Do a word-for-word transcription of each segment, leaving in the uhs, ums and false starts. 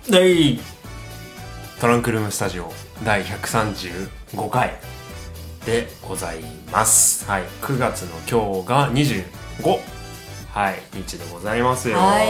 はいトランクルームスタジオだいひゃくさんじゅうごかいでございます。はい、くがつの今日がにじゅうご、はい、日でございますよ。 はい、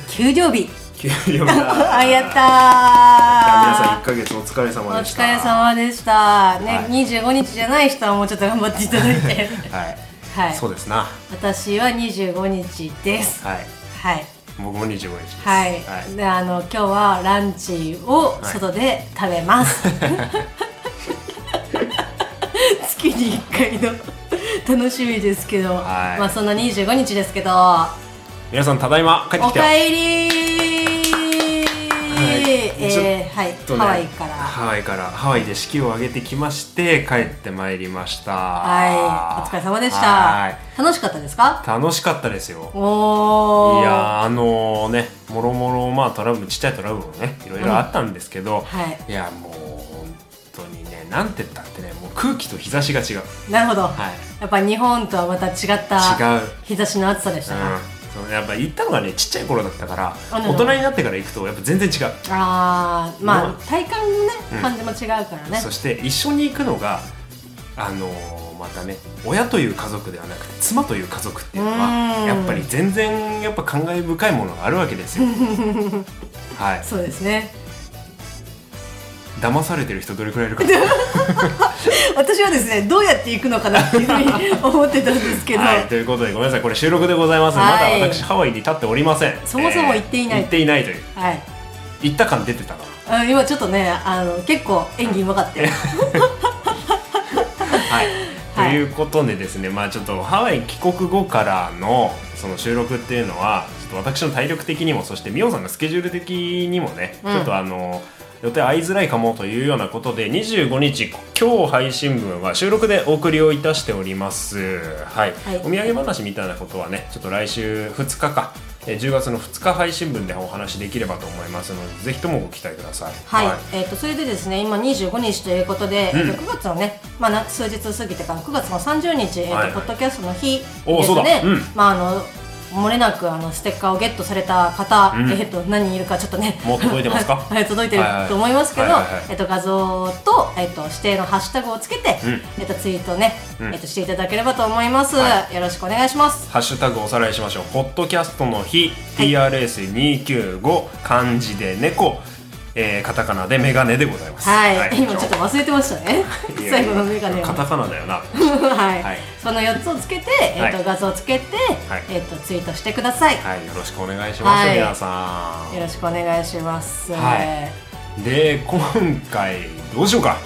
給料日。 給料日だ。 あ、やったー。 皆さんいっかげつお疲れ様でした。 お疲れ様でしたね、はい、にじゅうごにちじゃない人はもうちょっと頑張っていただいてはい、はい、そうですな。 私はにじゅうごにちです。 はい、 はい、 僕もにじゅうごにちです。 はい、はい、であの今日はランチを外で食べます、はい、月にいっかいの楽しみですけど、はい、まあそんなにじゅうごにちですけど、 皆さんただいま帰ってきておかえりえーはい、ハワイからハワイからハワイで式を挙げてきまして帰ってまいりました。 はい、お疲れ様でした。楽しかったですか？ 楽しかったですよ。 おいやあのー、ねもろもろまあトラブルちっちゃいトラブルもねいろいろあったんですけど、うん、はい、いやもう本当にねなんて言ったってねもう空気と日差しが違う。 なるほど、 はい、 やっぱ日本とはまた違った日差しの暑さでしたか？ うん、やっぱ行ったのがねちっちゃい頃だったから大人になってから行くとやっぱ全然違う。 あーまあ体感のね、うん、感じも違うからね。 そして一緒に行くのがあのー、またね親という家族ではなくて妻という家族っていうのはやっぱり全然やっぱ感慨深いものがあるわけですよはい、 そうですね。 騙されてる人どれくらいいるか私はですねどうやって行くのかなっていうふうに思ってたんですけどはい、ということでごめんなさいこれ収録でございます、はい、まだ私ハワイに立っておりません。 そもそも行っていない、 えー、行っていないという、 はい、 行った感出てたかな。今ちょっとねあの結構演技うまかったよはい、ということでですね、まあちょっとハワイ帰国後からのその収録っていうのはちょっと私の体力的にもそしてミオさんがスケジュール的にもね、うん、ちょっとあの予定合いづらいかもというようなことでにじゅうごにち今日配信分は収録でお送りをいたしております、はいはい、お土産話みたいなことはねちょっと来週ふつかかじゅうがつのふつか配信分でお話できればと思いますのでぜひともご期待ください。 はい、はい、えー、とそれでですね今にじゅうごにちということで、うん、えー、とくがつのね、まあ、数日過ぎてからくがつのさんじゅうにち、えーとはいはい、ポッドキャストの日ですね、うん、まああの漏れなくあのステッカーをゲットされた方、うん、えー、と何人いるかちょっとねもう届いてますかはい、届いてると思いますけど、えー、と画像と、えー、と指定のハッシュタグをつけて、うん、えー、とツイートね、うん、えー、としていただければと思います、はい、よろしくお願いします。 ハッシュタグおさらいしましょう。ポッドキャストの日、はい、ティーアールエスにひゃくきゅうじゅうご 漢字で猫、えー、カタカナでメガネでございます。 はい、はい、今ちょっと忘れてましたね最後のメガネはカタカナだよなはい、はい、そのよっつをつけて、えーとはい、画像をつけて、はい、えーとツイートしてください。 はい、よろしくお願いします、はい、皆さんよろしくお願いします、 はい、で今回どうしようか。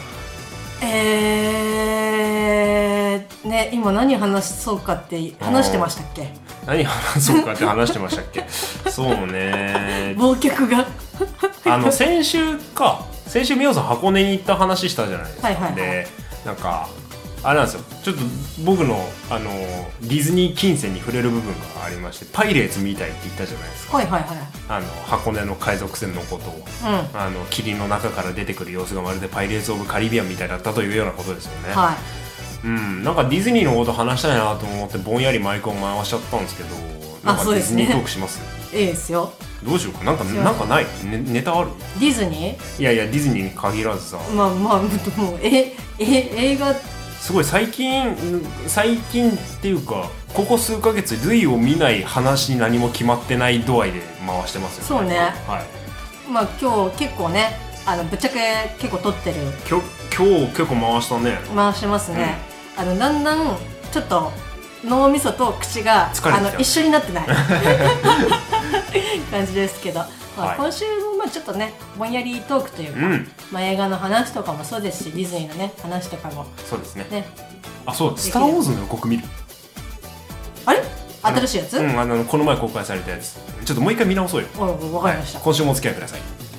えーね今何話そうかって話してましたっけ。 何話そうかって話してましたっけそうね忘却があの先週か先週みおさん箱根に行った話したじゃないですか、はいはいはい、でなんかあれなんですよちょっと僕の、あのディズニー金銭に触れる部分がありましてパイレーツみたいって言ったじゃないですか、 はいはいはい、あの箱根の海賊船のことを、うん、あの霧の中から出てくる様子がまるでパイレーツ・オブ・カリビアンみたいだったというようなことですよね、はい、うん、なんかディズニーのこと話したいなと思ってぼんやりマイクを回しちゃったんですけどなんかディズニートークします？ いいですよ。 どうしようかなんかなんかない、ね、ネタある？ ディズニー？ いやいやディズニーに限らずさまあまあもうええ映画すごい最近最近っていうかここ数ヶ月ルイを見ない話に何も決まってない度合いで回してますよね。 そうね、はい、まあ今日結構ねあのぶっちゃけ結構撮ってる今日今日結構回したね回してますね、うん、あのだんだんちょっと脳みそと口があの一緒になってない感じですけど、まあはい、今週もまあちょっとねぼんやりトークというか、うんまあ、映画の話とかもそうですしディズニーのね話とかもそうですね、ねあそうスター・ウォーズの予告見るあれ新しいやつ、 うん、あのこの前公開されたやつちょっともう一回見直そうよ。 わかりました、 はい、今週もお付き合いください。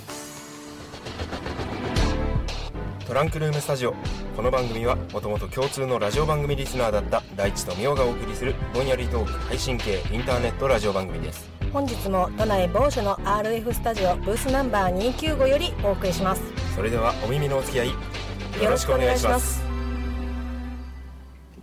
トランクルームスタジオ。この番組はもともと共通のラジオ番組リスナーだった大地とみおがお送りするぼんやりトーク配信系インターネットラジオ番組です。 本日も都内某所の アールエフ スタジオブースナンバーにひゃくきゅうじゅうごよりお送りします。 それではお耳のお付き合いよろしくお願いします。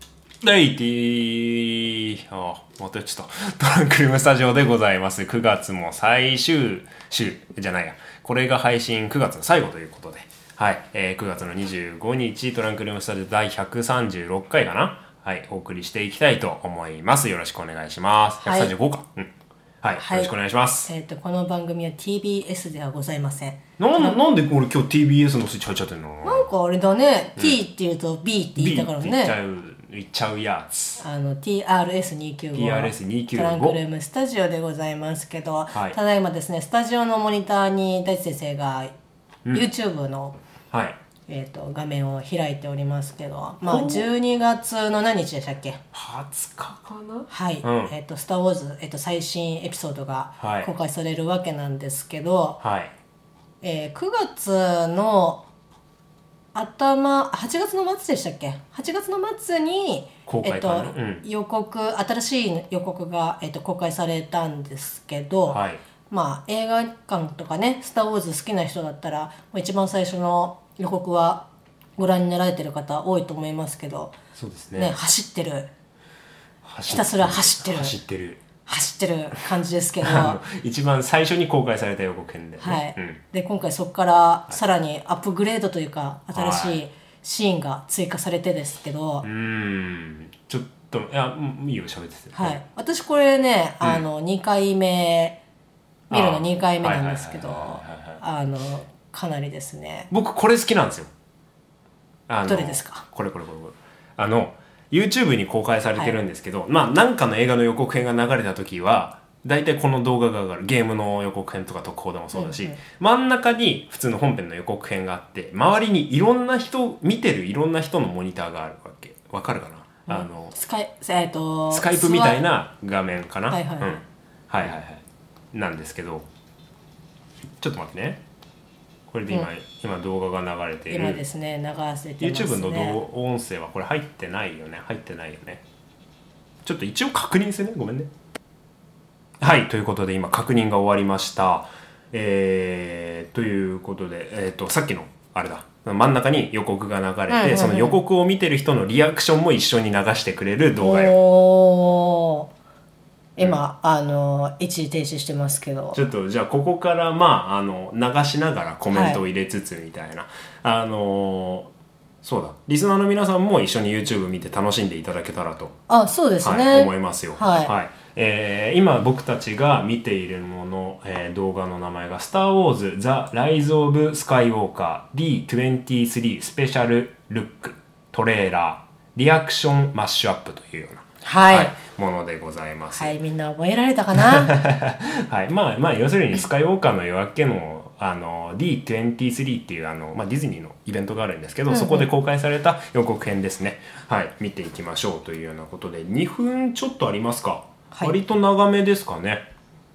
はい、ティー、あ、またちょっと、トランクルームスタジオでございます。くがつも最終週、じゃないや、これが配信くがつの最後ということで、はい、えー、くがつのにじゅうごにち、トランクルームスタジオだいひゃくさんじゅうろっかいかな、はい、お送りしていきたいと思います。よろしくお願いします。ひゃくさんじゅうごか。はい、うん。はい、はい、よろしくお願いします。 えっ、ー、と、この番組は ティービーエス ではございません。 なん、なんで俺今日 ティービーエス のスイッチ入っちゃってんの？ なんかあれだね、うん、T って言うと B って言ったからね。 B って言っちゃう。言っちゃうやつ。 あの ティーアールエスにひゃくきゅうじゅうごティーアールエスにひゃくきゅうじゅうごトランクルームスタジオでございますけど、はい、ただいまですね、スタジオのモニターに大地先生が YouTube の、うん、はい、えー、と画面を開いておりますけど、まあ、じゅうにがつの何日でしたっけ？ はつかかな。 はい、うん、えー、とスター・ウォーズ、えー、と最新エピソードが公開されるわけなんですけど、はい、えー、くがつの頭、はちがつの末でしたっけ？はちがつの末に公開かな、えっとうん、予告、新しい予告が、えっと、公開されたんですけど、はい、まあ映画館とかね、スター・ウォーズ好きな人だったらもう一番最初の予告はご覧になられてる方多いと思いますけど、 そうですね、 ね、走ってる、ひたすら走ってる走ってる走ってる感じですけど一番最初に公開された予告編で、ね、 はい、 うん、 で今回そこからさらにアップグレードというか新しいシーンが追加されてですけど、 はい、うーんちょっといやいいよ喋ってて、 はい、私これね、うん、あのにかいめ見るのにかいめなんですけど、あのかなりですね。 僕これ好きなんですよ。あのどれですか？ これこれこれこれあのYouTube に公開されてるんですけど、はい、まあ何かの映画の予告編が流れた時は大体この動画が上がる。ゲームの予告編とか特報でもそうだし、うんうん、真ん中に普通の本編の予告編があって周りにいろんな人見てるいろんな人のモニターがあるわけ。わかるかな、うん、あのスカイ、えー、とスカイプみたいな画面かな、 はいはいはい、うん、 はいはいはいなんですけど、ちょっと待ってね。これで今、うん、今動画が流れている。 今ですね、流せてますね。 YouTube の音声はこれ入ってないよね。入ってないよね。ちょっと一応確認するね。ごめんね。はい、ということで今確認が終わりました。えー、ということで、えっと、さっきのあれだ。真ん中に予告が流れて、うんうんうん、その予告を見てる人のリアクションも一緒に流してくれる動画よ。 おー。今、うん、あの一時停止してますけど、 ちょっとじゃあここからまああの流しながらコメントを入れつつみたいな、はい、あのそうだリスナーの皆さんも一緒に YouTube 見て楽しんでいただけたらと、 あ、そうですね、 はい、思いますよ。 はい、 はい、えー、今僕たちが見ているもの、えー、動画の名前がスター・ウォーズ・ザ・ライズ・オブ・スカイウォーカー ディーにじゅうさん スペシャルルックトレーラーリアクションマッシュアップというような、 はいはい、ものでございます。 はい、みんな覚えられたかなはい、まあまあ要するにスカイウォーカーの夜明けのあの ディーにじゅうさん っていうあの、まあ、ディズニーのイベントがあるんですけど、うんうん、そこで公開された予告編ですね。はい、見ていきましょうというようなことでにふんちょっとありますか、はい、割と長めですかね。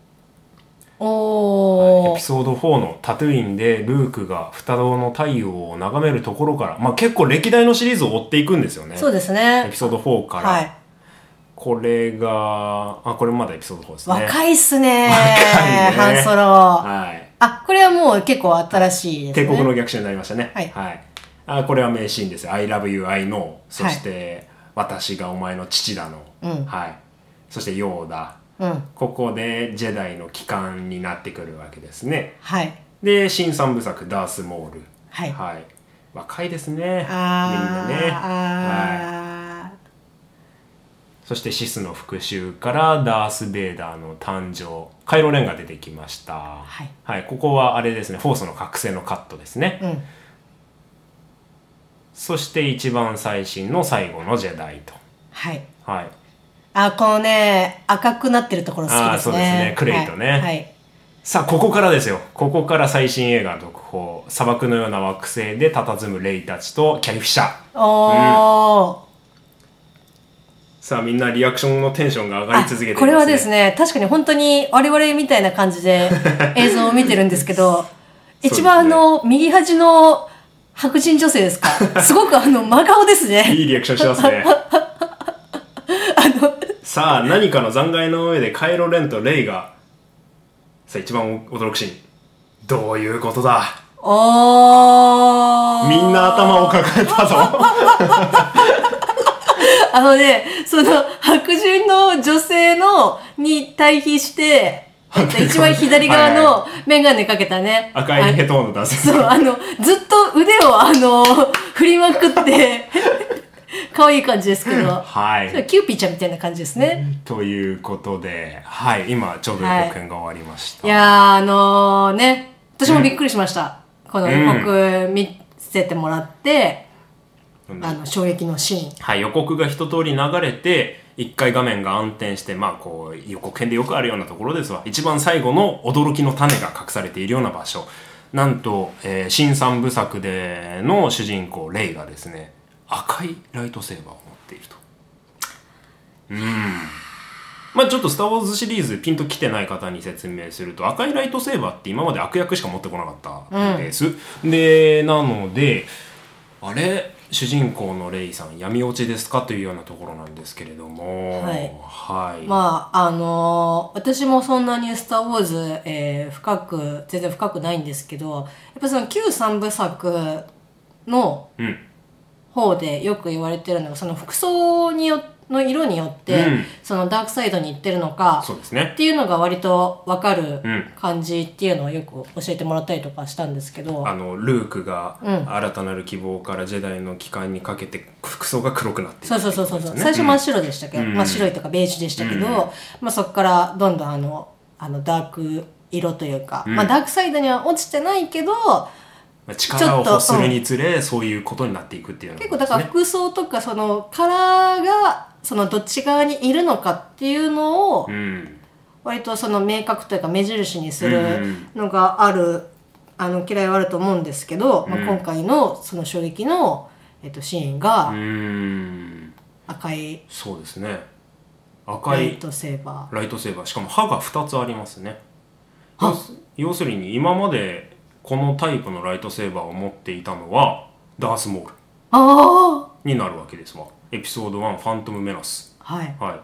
おー、 エピソードフォーのタトゥインでルークが双子の太陽を眺めるところから、まあ、結構歴代のシリーズを追っていくんですよね。 そうですね、 エピソードフォーから、はい、これがあこれもまだエピソードフォーですね。 若いっすね、 若いね、 ハンソロ、 はい、 あ、これはもう結構新しいですね。 帝国の逆襲になりましたね。はい、はい、あこれは名シーンですよ。 I love you, I know、 そして、はい、私がお前の父だの、うん、はい、そしてヨーダ、うん、ここでジェダイの帰還になってくるわけですね。 はい、 で新三部作ダースモール、 はい、 はい、若いですね、あみんなね。あ、はい、そしてシスの復讐からダース・ベイダーの誕生、カイロ・レンが出てきました。はい、はい、ここはあれですね、フォースの覚醒のカットですね。うん、そして一番最新の最後のジェダイと。 はい、 はい、 あ、このね赤くなってるところ好きですね。あ、 そうですね、クレイトね。 はいはい、 さあここからですよ。ここから最新映画の特報、砂漠のような惑星で佇むレイたちとキャリフィシャー。 おー、うん、 さあみんなリアクションのテンションが上がり続けていますね。 これはですね、確かに本当に我々みたいな感じで映像を見てるんですけど一番あの右端の白人女性ですか、すごくあの真顔ですね。 いいリアクションしてますね。あのさあ何かの残骸の上でカイロ・レンとレイが、さあ一番驚くシーン、どういうことだ。 おー、 みんな頭を抱えたぞ。 あのね、その白人の女性のに対比して、えっと、一番左側のメガネかけたね。 赤いヘッドホンの男性。 そう、あの、ずっと腕をあの、振りまくって、可愛い感じですけど。 はい。 キューピーちゃんみたいな感じですね。 ということで、はい、今ちょうど予告編が終わりました。 はい、いやー、あのー、ね、私もびっくりしました。うん、この予告見せてもらって、うん、あの、衝撃のシーン。 はい、予告が一通り流れて、一回画面が暗転して、まあこう、予告編でよくあるようなところですわ。一番最後の驚きの種が隠されているような場所。なんと、えー、新三部作での主人公、レイがですね、赤いライトセーバーを持っていると。うん。まあちょっとスターウォーズシリーズピンと来てない方に説明すると、赤いライトセーバーって今まで悪役しか持ってこなかったんです。うん、で、なので、あれ主人公のレイさん闇落ちですかというようなところなんですけれども、 はい、 はい、 まああのー、私もそんなにスター・ウォーズ、えー、深く全然深くないんですけど、やっぱその旧三部作の方でよく言われてるのが、その服装によっての色によって、うん、そのダークサイドに行ってるのか、 そうですね、 っていうのが割と分かる感じっていうのをよく教えてもらったりとかしたんですけど、 あのルークが新たなる希望からジェダイの帰還にかけて服装が黒くなっている、ね、 そうそうそうそう、最初真っ白でしたけど、うん、真っ白いとかベージュでしたけど、うん、まあ、そこからどんどんあのあのダーク色というか、うん、まあ、ダークサイドには落ちてないけど力を欲するにつれ、うん、そういうことになっていくっていうの、ね、 結構だから服装とかそのカラーがそのどっち側にいるのかっていうのを割とその明確というか目印にするのがある、あの嫌いはあると思うんですけど、まあ、今回のその衝撃の、えっと、シーンが赤い、 そうですね、赤いライトセーバー、 ライトセーバー、しかも刃がふたつありますね。要するに今までこのタイプのライトセーバーを持っていたのはダースモールになるわけですわ。エピソードワンファントムメナス、 はいはい、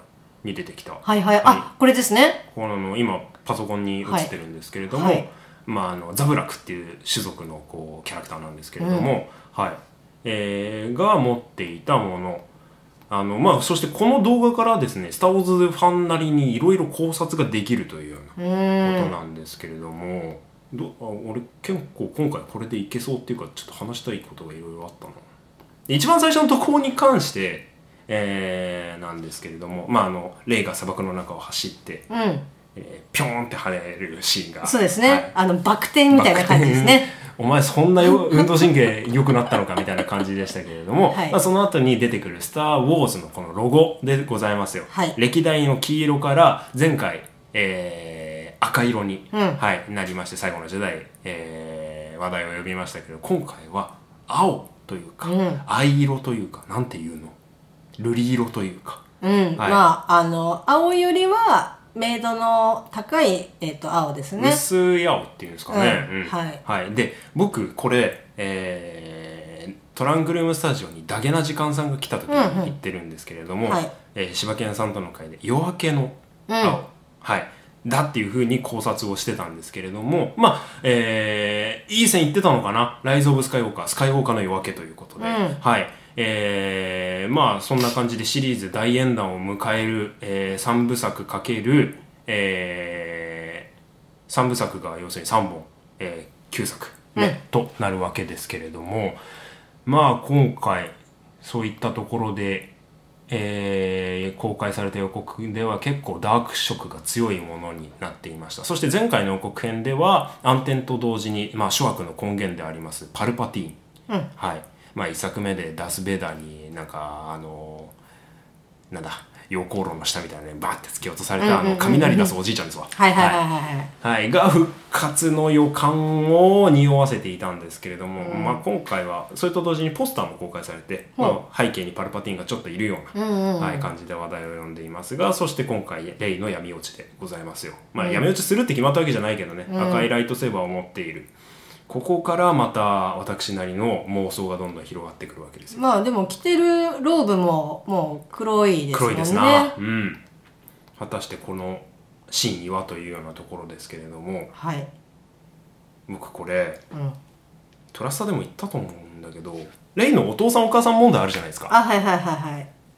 に出てきた、 はいはい、はい、あ、これですね。 この今パソコンに映ってるんですけれども、はいはい、まあ、あのザブラクっていう種族のこうキャラクターなんですけれども、うん、はい、えー、が持っていたもの、あの、まあ、そしてこの動画からですね、スター・ウォーズファンなりにいろいろ考察ができるというようなことなんですけれども、どあ俺結構今回これでいけそうっていうか、ちょっと話したいことがいろいろあったな。一番最初のところに関して、えー、なんですけれども、まあ、あのレイが砂漠の中を走って、 うん、 えー、ピョーンって跳ねるシーンが、 そうですね、はい、あのバク転みたいな感じですね。 お前そんなよ運動神経良くなったのかみたいな感じでしたけれども、はい、まあ、その後に出てくるスター・ウォーズのこのロゴでございますよ、 はい、 歴代の黄色から前回、えー、赤色に、うん、はい、なりまして、最後の時代、えー、話題を呼びましたけど、今回は青というか、うん、藍色というか、なんていうの、瑠璃色というか、 うん、はい、まああの青よりは明度の高い、えー、と青ですね。 薄い青っていうんですかね、 うんうん、はい、 はい、で僕これ、えー、トランクルームスタジオにダゲな時間さんが来た時に言ってるんですけれども、うんうん、はい、えー、柴犬さんとの会で夜明けの青、うん、はい、だっていう風に考察をしてたんですけれども、まあ、えー、いい線言ってたのかな、ライズ・オブ・スカイウォーカー、スカイウォーカーの夜明けということで、うん、はい、えー、まあそんな感じでシリーズ大演談を迎える、えー、さんぶさくかける、えー、さんぶさくが要するにさんぼん、えー、きゅうさくめ、ね、うん、となるわけですけれども、まあ今回そういったところで、えー、公開された予告では結構ダーク色が強いものになっていました。そして前回の予告編では暗転と同時に、まあ、諸悪の根源でありますパルパティーン、うん、はい、まあ、いっさくめでダース・ベイダーになんかあのなんだ溶鉱炉の下みたいなねバーって突き落とされた、あの雷出すおじいちゃんですわ、 はいはいはいはい、 はい、が復活の予感を匂わせていたんですけれども、うん、まあ、今回はそれと同時にポスターも公開されて、うん、まあ、背景にパルパティーンがちょっといるような、うんうんうん、はい、感じで話題を呼んでいますが、そして今回レイの闇落ちでございますよ。まあ、闇落ちするって決まったわけじゃないけどね、うん、赤いライトセーバーを持っている、ここからまた私なりの妄想がどんどん広がってくるわけですよ。 まあでも着てるローブももう黒いですもんね。 黒いですな、うん、果たしてこの真意はというようなところですけれども、 はい、 僕これ、 うん、 トラスタでも言ったと思うんだけど、レイのお父さんお母さん問題あるじゃないですか。 あ、はいはいはいはい。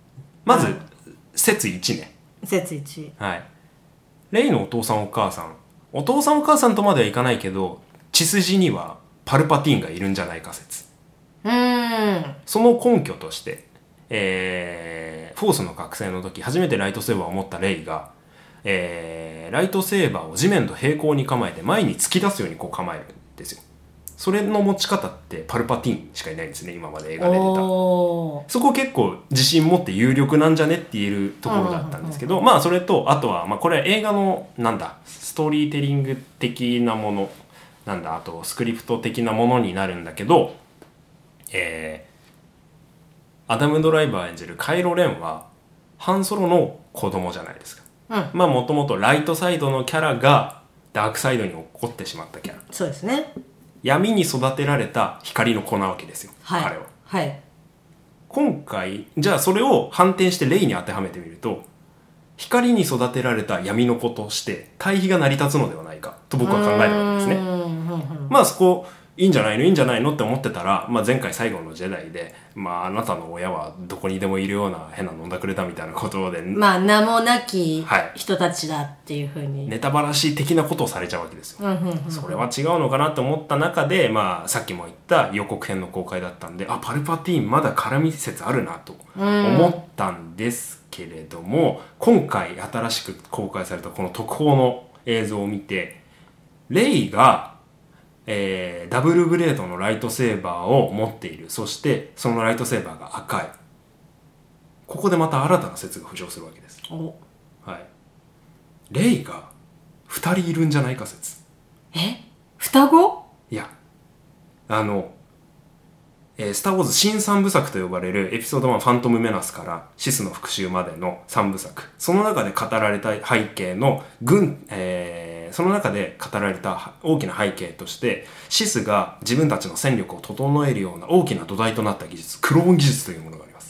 まず、うん、説いちね。 説いち、 はい。レイのお父さんお母さん、お父さんお母さんとまではいかないけど血筋にはパルパティーンがいるんじゃないか説。 うーん。 その根拠として、えー、フォースの覚醒の時初めてライトセーバーを持ったレイが、えー、ライトセーバーを地面と平行に構えて前に突き出すようにこう構えるんですよ。それの持ち方ってパルパティーンしかいないんですね、今まで映画で出た。そこ結構自信持って有力なんじゃねって言えるところだったんですけど、まあそれとあとは、まあ、これは映画のなんだストーリーテリング的なものなんだ、あとスクリプト的なものになるんだけど、えー、アダム・ドライバー演じるカイロ・レンはハンソロの子供じゃないですか。うん、まあもともとライトサイドのキャラがダークサイドに落っこってしまったキャラ。 そうですね。 闇に育てられた光の子なわけですよ、はい、彼は。 はい。 今回じゃあそれを反転してレイに当てはめてみると、光に育てられた闇の子として対比が成り立つのではないかと僕は考えるわけですね。まあそこいいんじゃないのいいんじゃないのって思ってたら、まあ、前回最後のジェダイで、まあ、あなたの親はどこにでもいるような変な飲んだくれたみたいなことで、 まあ名もなき人たちだっていうふうに、はい、 ネタバラシ的なことをされちゃうわけですよ。それは違うのかなと思った中で、まあ、さっきも言った予告編の公開だったんで、あ、パルパティーンまだ絡み説あるなと思ったんですけれども、今回新しく公開されたこの特報の映像を見て、レイがえー、ダブルブレードのライトセーバーを持っている。そしてそのライトセーバーが赤い。ここでまた新たな説が浮上するわけです。はい、レイがふたりいるんじゃないか説。 え、双子？ いや、あの、えー、スターウォーズ新三部作と呼ばれるエピソードワンファントムメナスからシスの復讐までのさんぶさく、その中で語られた背景の軍、えーその中で語られた大きな背景として、シスが自分たちの戦力を整えるような大きな土台となった技術、クローン技術というものがあります。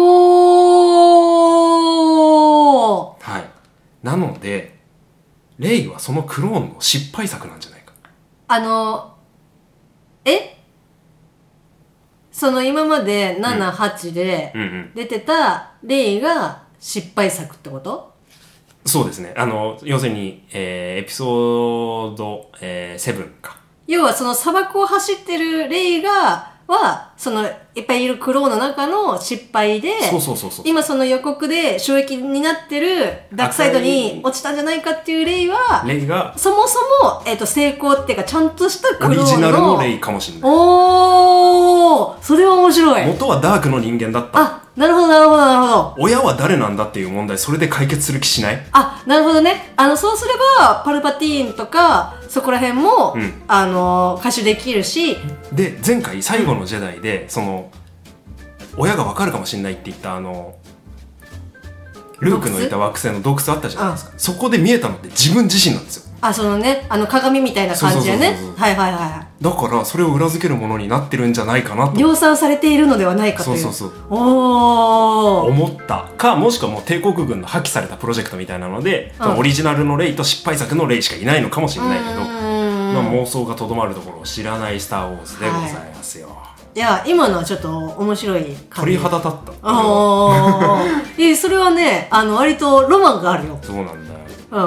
おー、 はい。なのでレイはそのクローンの失敗作なんじゃないか。 あのえその今までなな、はちで出てたレイが失敗作ってこと？ そうですね。あの、要するに、えー、エピソード、えー、セブンか。 要はその砂漠を走ってるレイが、は、その、いっぱいいるクローンの中の失敗で、 そうそうそうそう。 今その予告で衝撃になってるダークサイドに落ちたんじゃないかっていうレイは、 レイが、 そもそも、えっと、成功っていうか、ちゃんとしたクローンの。 オリジナルのレイかもしれない。 おー、それは面白い。 元はダークの人間だった。 あ、なるほどなるほどなるほど。 親は誰なんだっていう問題、それで解決する気しない？ あ、なるほどね。あの、そうすれば、パルパティーンとか、そこら辺も、うん、あの、歌手できるし。 で、前回最後のジェダイで、うん、その、親がわかるかもしれないって言ったあの、ルークのいた惑星の洞窟あったじゃないですか。そこで見えたのって自分自身なんですよ。 あ、そのね、あの鏡みたいな感じでね。はいはいはい。 だからそれを裏付けるものになってるんじゃないかなと。 量産されているのではないかという。 そうそうそう。 おー。 思ったか、もしくはもう帝国軍の破棄されたプロジェクトみたいなので、うん、オリジナルのレイと失敗作のレイしかいないのかもしれないけど、まあ、妄想がとどまるところを知らないスター・ウォーズでございますよ。はい、 いや、今のはちょっと面白い感じ。 鳥肌立った。 ああ。え、それはね、あの、割とロマンがあるよ。 そうなんだよ。 うん。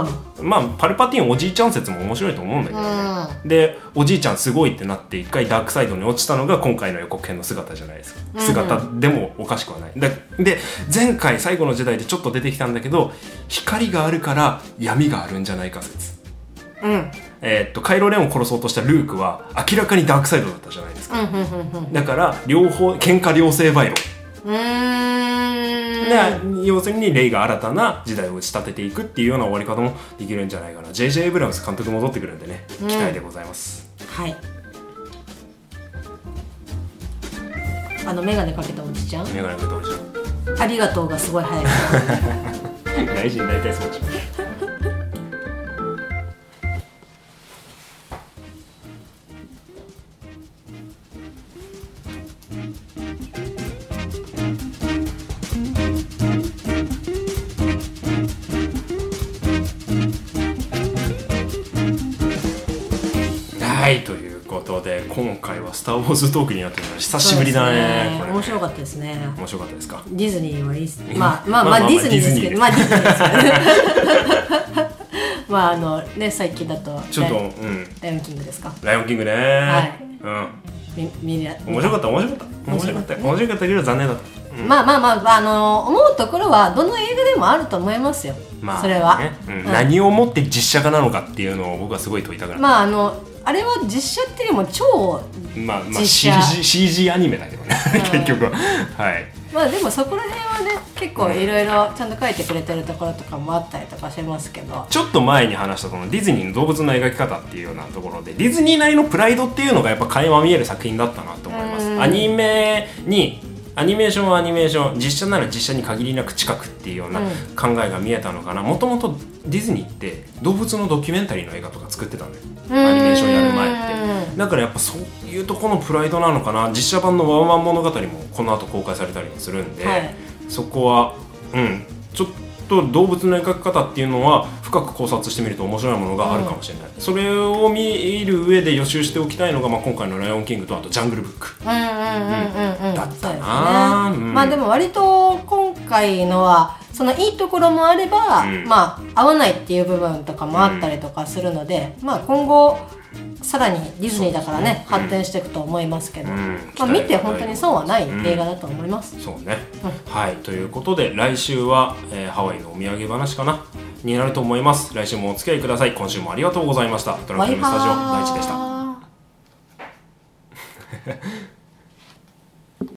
まあ、パルパティーンおじいちゃん説も面白いと思うんだけどね。うん、で、おじいちゃんすごいってなって一回ダークサイドに落ちたのが今回の予告編の姿じゃないですか。うん、姿でもおかしくはない。で、前回最後の時代でちょっと出てきたんだけど、光があるから闇があるんじゃないか説。 うん。 えー、っとカイロ・レンを殺そうとしたルークは明らかにダークサイドだったじゃないですか。だから両方喧嘩両性賄賂。 うーん。 で、要するにレイが新たな時代を打ち立てていくっていうような終わり方もできるんじゃないかな。 ジェイジェイ エイブラムス監督戻ってくるんでね、うん、期待でございます。 はい。あのメガネかけたおじちゃん、 メガネかけたおじちゃん、 ありがとうがすごい早い大事になりたいそうじゃん。はい、ということで今回はスター・ウォーズトークになってるの久しぶりだ ね, ねこれね面白かったですね。 面白かったですか。 ディズニーはいいっす。まあまあまあディズニーですけど、まあディズニーですよね。まああのね最近だとちょっと、うん、 ライオンキングですか。 ライオンキングね、 はい、 うん、 みみ面白かった面白かった面白かった面白かったけど残念だった、 うん、まあまあまああの思うところはどの映画でもあると思いますよ、まあ、それは、ねうんうん、何をもって実写化なのかっていうのを僕はすごい問いたくなる。 まああのあれは実写っていうよりも超まあまあ シージー, シージーアニメだけどね結局ははいまあでもそこら辺はね結構いろいろちゃんと書いてくれてるところとかもあったりとかしますけど、 ちょっと前に話したそのディズニーの動物の描き方っていうようなところでディズニーなりのプライドっていうのがやっぱ垣間見える作品だったなと思います。アニメにアニメーションはアニメーション、実写なら実写に限りなく近くっていうような考えが見えたのかな。もともとディズニーって動物のドキュメンタリーの映画とか作ってたんだよ、アニメーションやる前って。だからやっぱそういうところのプライドなのかな。実写版のワンワン物語もこの後公開されたりもするんで、はい、そこはうんちょっと動物の描き方っていうのは深く考察してみると面白いものがあるかもしれない、うん、それを見る上で予習しておきたいのが、まあ、今回のライオンキングとあとジャングルブックだったな、 ねうん、まあでも割と今回のはそのいいところもあれば、うん、まあ合わないっていう部分とかもあったりとかするので、うん、まあ今後さらにディズニーだからね、ね発展していくと思いますけど、うんまあ、見て本当に損はない映画だと思います、 うん、そうね、うん、はいということで来週は、えー、ハワイのお土産話かなになると思います。来週もお付き合いください。今週もありがとうございました。トランクルームスタジオ大地でした。